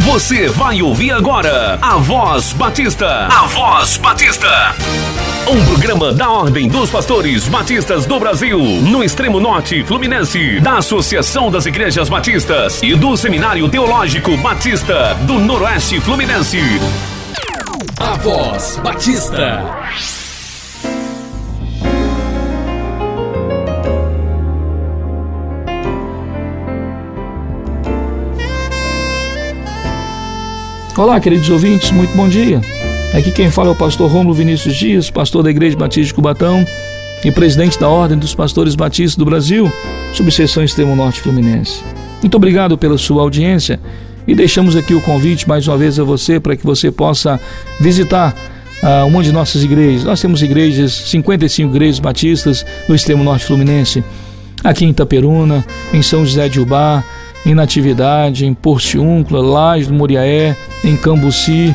Você vai ouvir agora a Voz Batista. A Voz Batista. Um programa da Ordem dos Pastores Batistas do Brasil, no extremo norte fluminense, da Associação das Igrejas Batistas e do Seminário Teológico Batista do Noroeste Fluminense. A Voz Batista. Olá, queridos ouvintes, muito bom dia. Aqui quem fala é o pastor Rômulo Vinícius Dias, pastor da Igreja Batista de Cubatão e presidente da Ordem dos Pastores Batistas do Brasil, subseção Extremo Norte Fluminense. Muito obrigado pela sua audiência e deixamos aqui o convite mais uma vez a você para que você possa visitar uma de nossas igrejas. Nós temos igrejas, 55 igrejas batistas no Extremo Norte Fluminense, aqui em Itaperuna, em São José de Ubá, em Natividade, em Porciúncula, Laje do Muriaé, em Cambuci,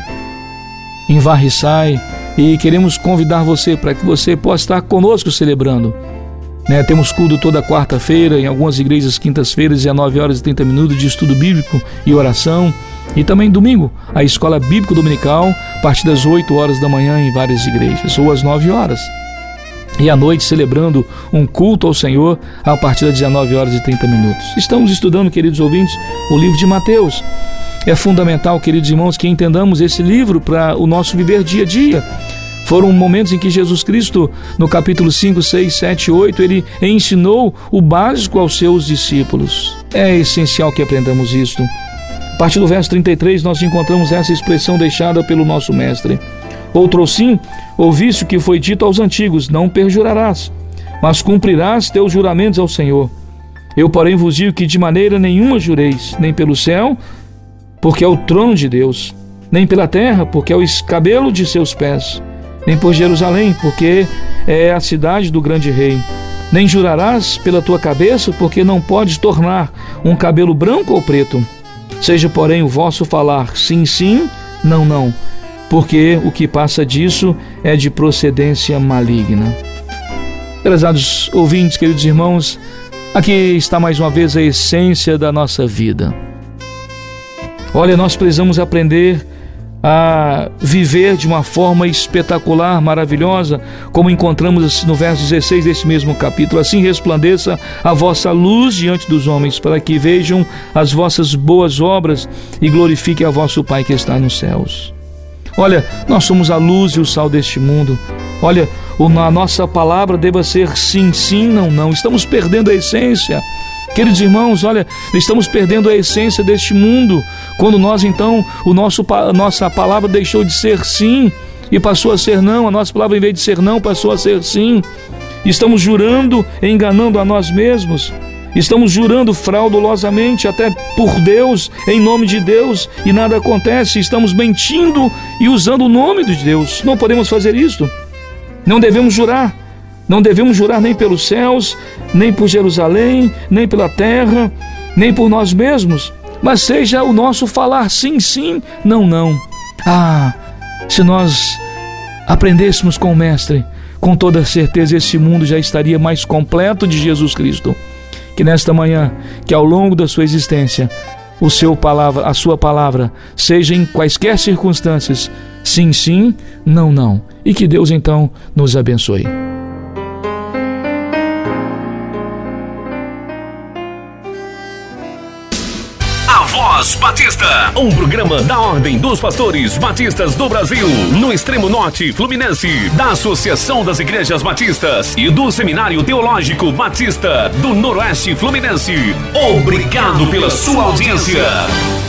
em Varriçai, e queremos convidar você para que você possa estar conosco celebrando. Temos culto toda quarta-feira, em algumas igrejas quintas-feiras, 19 horas e 30 minutos de estudo bíblico e oração, e também domingo, a escola bíblica dominical, a partir das 8 horas da manhã em várias igrejas, ou às 9 horas. E à noite celebrando um culto ao Senhor a partir das 19 horas e 30 minutos. Estamos estudando, queridos ouvintes, o livro de Mateus. É fundamental, queridos irmãos, que entendamos esse livro para o nosso viver dia a dia. Foram momentos em que Jesus Cristo, no capítulo 5, 6, 7 e 8, ele ensinou o básico aos seus discípulos. É essencial que aprendamos isto. A partir do verso 33, nós encontramos essa expressão deixada pelo nosso mestre. Outrossim, ouviste o que foi dito aos antigos: não perjurarás, mas cumprirás teus juramentos ao Senhor. Eu, porém, vos digo que de maneira nenhuma jureis, nem pelo céu, porque é o trono de Deus, nem pela terra, porque é o escabelo de seus pés, nem por Jerusalém, porque é a cidade do grande rei. Nem jurarás pela tua cabeça, porque não podes tornar um cabelo branco ou preto. Seja, porém, o vosso falar sim, sim, não, não, porque o que passa disso é de procedência maligna. Prezados ouvintes, queridos irmãos, aqui está mais uma vez a essência da nossa vida. Olha, nós precisamos aprender a viver de uma forma espetacular, maravilhosa, como encontramos no verso 16 desse mesmo capítulo. Assim resplandeça a vossa luz diante dos homens, para que vejam as vossas boas obras e glorifiquem a vosso Pai que está nos céus. Olha, nós somos a luz e o sal deste mundo. Olha, a nossa palavra deva ser sim, sim, não, não. Estamos perdendo a essência. Queridos irmãos, olha, estamos perdendo a essência deste mundo, quando nós então, a nossa palavra deixou de ser sim e passou a ser não. A nossa palavra, em vez de ser não, passou a ser sim. Estamos jurando, enganando a nós mesmos. Estamos jurando fraudulosamente, até por Deus, em nome de Deus, e nada acontece. Estamos mentindo e usando o nome de Deus. Não podemos fazer isto. Não devemos jurar. Não devemos jurar nem pelos céus, nem por Jerusalém, nem pela terra, nem por nós mesmos. Mas seja o nosso falar sim, sim, não, não. Se nós aprendêssemos com o Mestre, com toda certeza esse mundo já estaria mais completo de Jesus Cristo. Que nesta manhã, que ao longo da sua existência, a sua palavra, seja em quaisquer circunstâncias, sim, sim, não, não. E que Deus então nos abençoe. Voz Batista, um programa da Ordem dos Pastores Batistas do Brasil, no extremo norte fluminense, da Associação das Igrejas Batistas e do Seminário Teológico Batista do Noroeste Fluminense. Obrigado pela sua audiência.